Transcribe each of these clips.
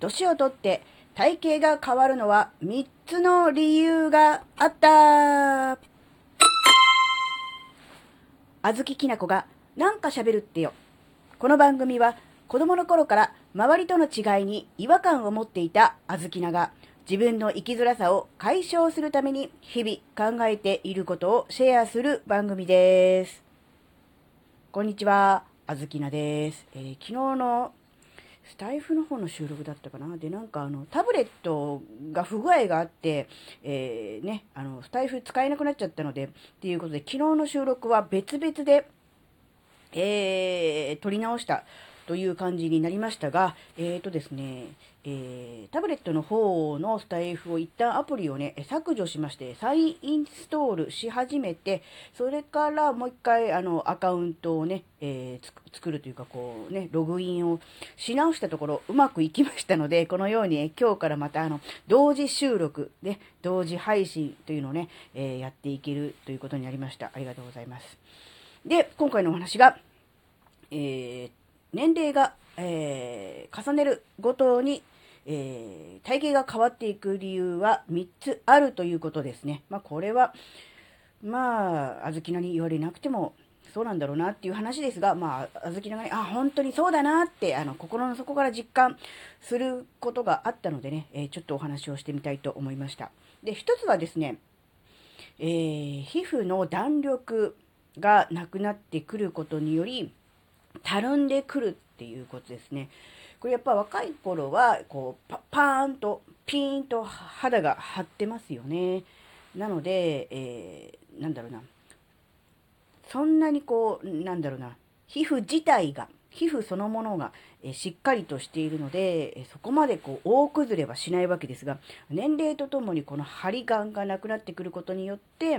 年をとって体型が変わるのは3つの理由があった。あずききなこがなんか喋るってよ。この番組は子供の頃から周りとの違いに違和感を持っていたあずきなが自分の生きづらさを解消するために日々考えていることをシェアする番組です。こんにちは、あずきなです。昨日のスタイフの方の収録だったかな。で、タブレットが不具合があって、スタイフ使えなくなっちゃったので、っていうことで、昨日の収録は別々で、撮り直したという感じになりましたが、ですね、タブレットの方のスタイフを一旦アプリをね、削除しまして、再インストールし始めて、それからもう一回、アカウントをね、作るというか、こうね、ログインをし直したところ、うまくいきましたので、このように、今日からまた、同時収録、ね、同時配信というのをね、やっていけるということになりました。ありがとうございます。で、今回のお話が、年齢が、重ねるごとに、体型が変わっていく理由は3つあるということですね。これは、あずきなに言われなくても、そうなんだろうなっていう話ですが、あずきながね、本当にそうだなって、心の底から実感することがあったのでね、ちょっとお話をしてみたいと思いました。で、一つはですね、皮膚の弾力がなくなってくることにより、たるんでくるっていうことですね。これやっぱ若い頃は、こう、パーンと、ピーンと肌が張ってますよね。なので、そんなにこう、皮膚そのものが、しっかりとしているので、そこまでこう、大崩れはしないわけですが、年齢とともにこの張り感がなくなってくることによって、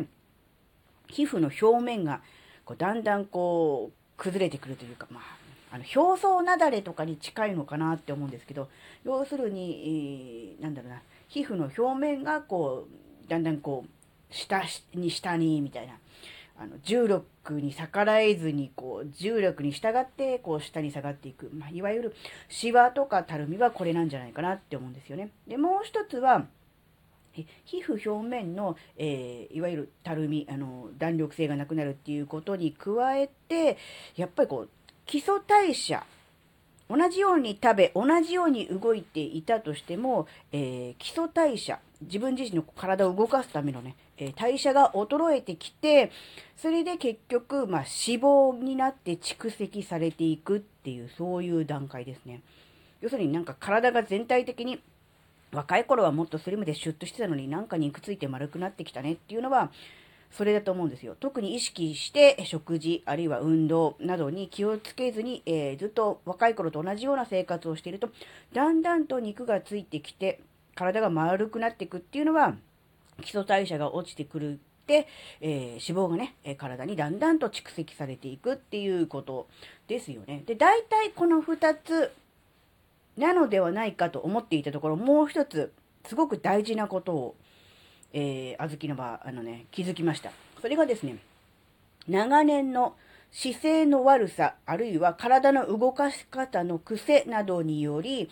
皮膚の表面がこうだんだんこう崩れてくるというか、表層雪崩とかに近いのかなって思うんですけど、要するに、皮膚の表面がこう、だんだんこう、下に、みたいな。重力に逆らえずに、こう、重力に従って、こう、下に下がっていく。いわゆる、シワとかたるみはこれなんじゃないかなって思うんですよね。で、もう一つは、皮膚表面の、いわゆるたるみ、弾力性がなくなるっていうことに加えて、やっぱりこう、基礎代謝、同じように食べ、同じように動いていたとしても、基礎代謝、自分自身の体を動かすためのね、代謝が衰えてきて、それで結局、脂肪になって蓄積されていくっていう、そういう段階ですね。要するに体が全体的に若い頃はもっとスリムでシュッとしてたのに肉ついて丸くなってきたねっていうのは、それだと思うんですよ。特に意識して食事、あるいは運動などに気をつけずに、ずっと若い頃と同じような生活をしていると、だんだんと肉がついてきて、体が丸くなっていくっていうのは、基礎代謝が落ちてくるって、脂肪がね、体にだんだんと蓄積されていくっていうことですよね。で、大体この2つ、なのではないかと思っていたところ、もう一つ、すごく大事なことを、あずきの場、気づきました。それがですね、長年の姿勢の悪さ、あるいは体の動かし方の癖などにより、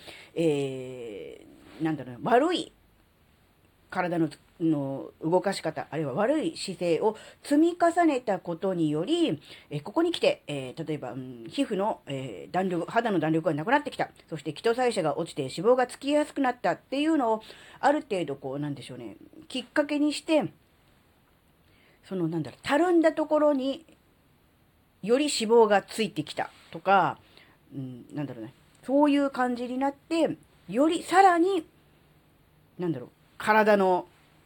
悪い体の動かし方、あるいは悪い姿勢を積み重ねたことにより、ここに来て、例えば、皮膚の、弾力、肌の弾力がなくなってきた。そして基礎代謝が落ちて脂肪がつきやすくなったっていうのを、ある程度きっかけにして、たるんだところにより脂肪がついてきたとか、そういう感じになって、よりさらに、体の、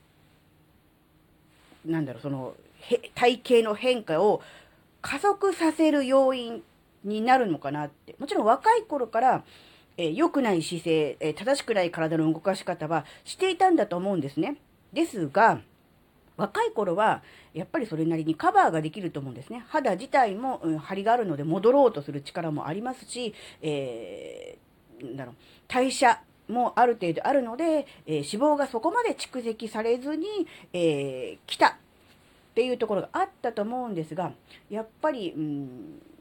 体型の変化を加速させる要因になるのかなって。もちろん若い頃から、良くない姿勢、正しくない体の動かし方はしていたんだと思うんですね。ですが、若い頃は、やっぱりそれなりにカバーができると思うんですね。肌自体も、張りがあるので戻ろうとする力もありますし、代謝もある程度あるので、脂肪がそこまで蓄積されずに、来たっていうところがあったと思うんですが、やっぱり、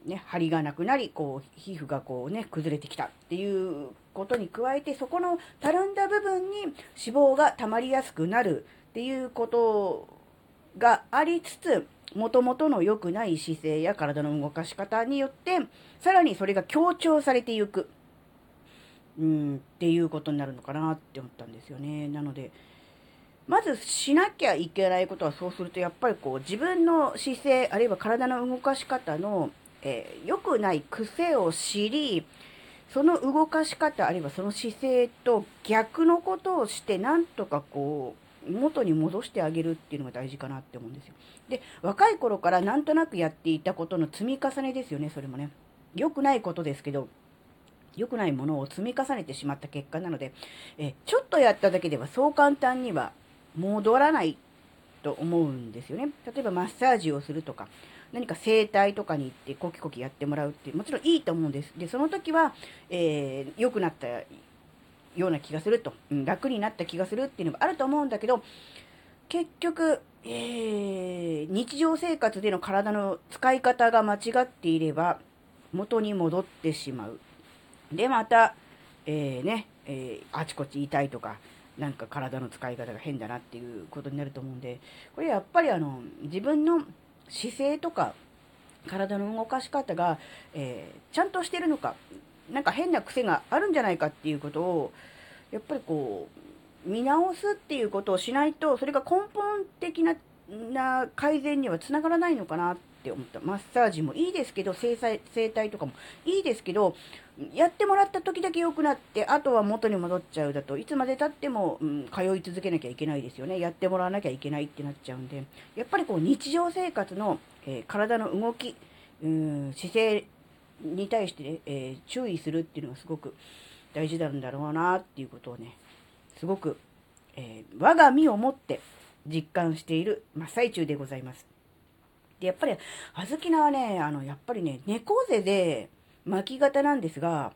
ね、張りがなくなり、こう、皮膚がこうね、崩れてきたっていうことに加えて、そこのたるんだ部分に脂肪が溜まりやすくなるっていうことがありつつ、元々の良くない姿勢や体の動かし方によって、さらにそれが強調されていく、っていうことになるのかなって思ったんですよね。なので、まずしなきゃいけないことは、そうするとやっぱりこう自分の姿勢あるいは体の動かし方の、良くない癖を知り、その動かし方あるいはその姿勢と逆のことをしてなんとかこう元に戻してあげるっていうのが大事かなって思うんですよ。で、若い頃からなんとなくやっていたことの積み重ねですよね、それもね。良くないことですけど、良くないものを積み重ねてしまった結果なので、ちょっとやっただけではそう簡単には戻らないと思うんですよね。例えばマッサージをするとか、何か整体とかに行ってコキコキやってもらうってもちろんいいと思うんです。で、その時は、良くなったような気がすると、楽になった気がするっていうのがあると思うんだけど、結局、日常生活での体の使い方が間違っていれば元に戻ってしまう。で、また、あちこち痛いとか、なんか体の使い方が変だなっていうことになると思うんで、これやっぱり自分の姿勢とか、体の動かし方が、ちゃんとしてるのか、なんか変な癖があるんじゃないかっていうことを、やっぱりこう、見直すっていうことをしないと、それが根本的な改善にはつながらないのかなって思った。マッサージもいいですけど、整体とかもいいですけど、やってもらった時だけ良くなって、あとは元に戻っちゃうだといつまで経っても、通い続けなきゃいけないですよね。やってもらわなきゃいけないってなっちゃうんで、やっぱりこう日常生活の、体の動き、姿勢に対してね、注意するっていうのがすごく大事なんだろうなっていうことをね、すごく、我が身をもって実感している真っ最中でございます。で、やっぱり、小豆菜はね、やっぱりね、猫背で巻き型なんですが、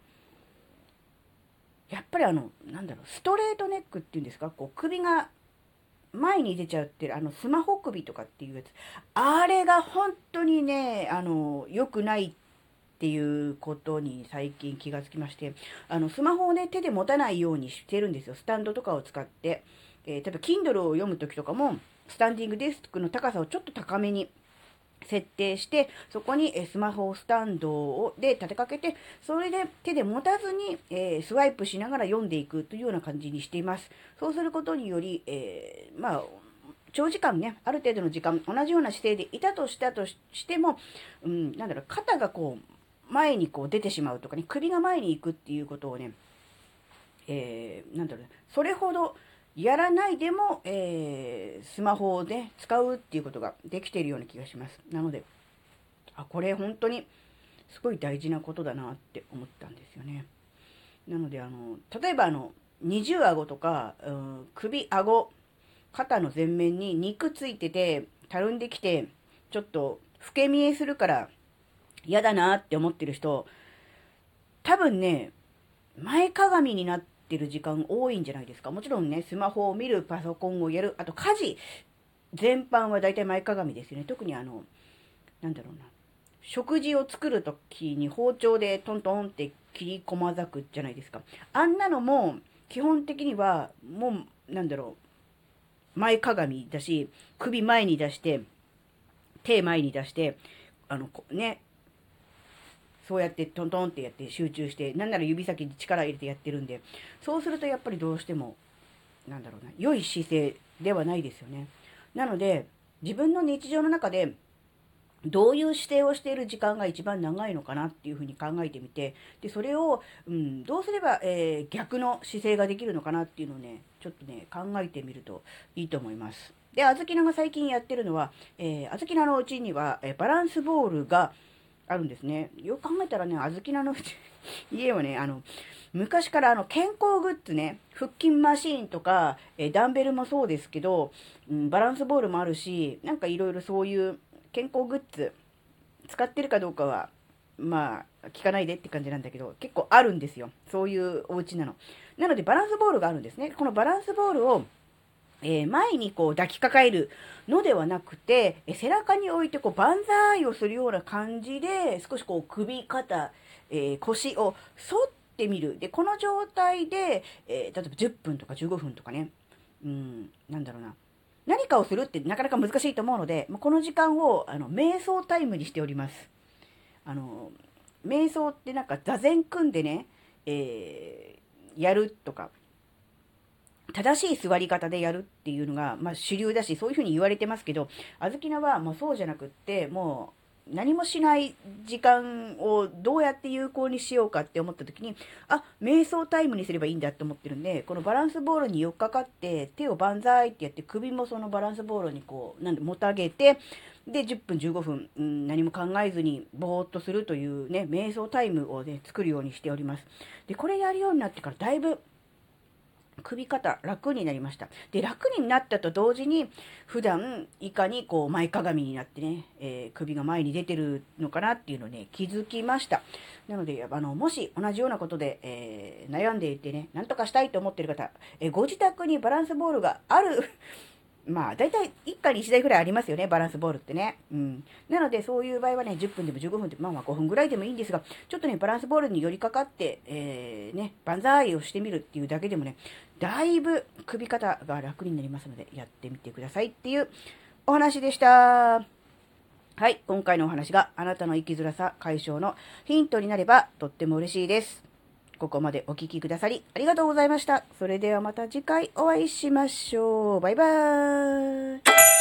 やっぱりストレートネックっていうんですか、こう、首が前に出ちゃうっていう、スマホ首とかっていうやつ。あれが本当にね、良くないっていうことに最近気がつきまして、スマホをね、手で持たないようにしてるんですよ。スタンドとかを使って。例えば、Kindle を読むときとかも、スタンディングデスクの高さをちょっと高めに設定して、そこにスマホスタンドで立てかけて、それで手で持たずにスワイプしながら読んでいくというような感じにしています。そうすることにより、長時間ね、ある程度の時間、同じような姿勢でいたとしても、肩がこう、前にこう出てしまうとかね、首が前に行くっていうことをね、それほどやらないでも、スマホをね、使うっていうことができているような気がします。なので、これ本当にすごい大事なことだなって思ったんですよね。なので、例えば二重顎とか、首、顎、肩の前面に肉ついてて、たるんできて、ちょっと老け見えするから嫌だなって思ってる人、多分ね、前かがみになってる時間多いんじゃないですか。もちろんね、スマホを見る、パソコンをやる、あと家事全般は大体前かがみですよね。特に食事を作るときに包丁でトントンって切り細ざくじゃないですか。あんなのも、基本的には、もう、前かがみだし、首前に出して、手前に出して、ね、そうやってトントンってやって集中して、なんなら指先に力入れてやってるんで、そうするとやっぱりどうしても、良い姿勢ではないですよね。なので、自分の日常の中で、どういう姿勢をしている時間が一番長いのかなっていうふうに考えてみて、で、それを、どうすれば、逆の姿勢ができるのかなっていうのをね、ちょっとね、考えてみるといいと思います。で、あずきなが最近やってるのは、あずきなのうちには、バランスボールがあるんですね。よく考えたらね、あずきなのうち、家はね、昔から健康グッズね、腹筋マシーンとか、ダンベルもそうですけど、バランスボールもあるし、なんかいろいろそういう健康グッズ使ってるかどうかは、まあ、聞かないでって感じなんだけど、結構あるんですよ。そういうお家なの。なので、バランスボールがあるんですね。このバランスボールを前にこう抱きかかえるのではなくて、背中に置いてこう万歳をするような感じで、少しこう首、肩、腰を反ってみる。で、この状態で、例えば10分とか15分とかね、なんだろうな。何かをするってなかなか難しいと思うので、この時間を瞑想タイムにしております。瞑想ってなんか座禅組んでね、やるとか、正しい座り方でやるっていうのが、主流だし、そういうふうに言われてますけど、あずきなはもうそうじゃなくって、もう何もしない時間をどうやって有効にしようかって思った時に、瞑想タイムにすればいいんだって思ってるんで、このバランスボールに寄っかかって、手を万歳ってやって、首もそのバランスボールにこう、もたげて、で、10分15分、何も考えずにぼーっとするというね、瞑想タイムをね、作るようにしております。で、これやるようになってからだいぶ、首肩楽になりました。で、楽になったと同時に、普段いかにこう前かがみになってね、首が前に出てるのかなっていうのをね、気づきました。なので、もし同じようなことで、悩んでいてね、なんとかしたいと思っている方、ご自宅にバランスボールがあるだいたい一家に一台ぐらいありますよね、バランスボールってね。なので、そういう場合はね、10分でも15分でも、5分ぐらいでもいいんですが、ちょっとね、バランスボールに寄りかかって、万歳をしてみるっていうだけでもね、だいぶ首肩が楽になりますので、やってみてくださいっていうお話でした。はい、今回のお話があなたの生きづらさ解消のヒントになればとっても嬉しいです。ここまでお聞きくださりありがとうございました。それではまた次回お会いしましょう。バイバーイ。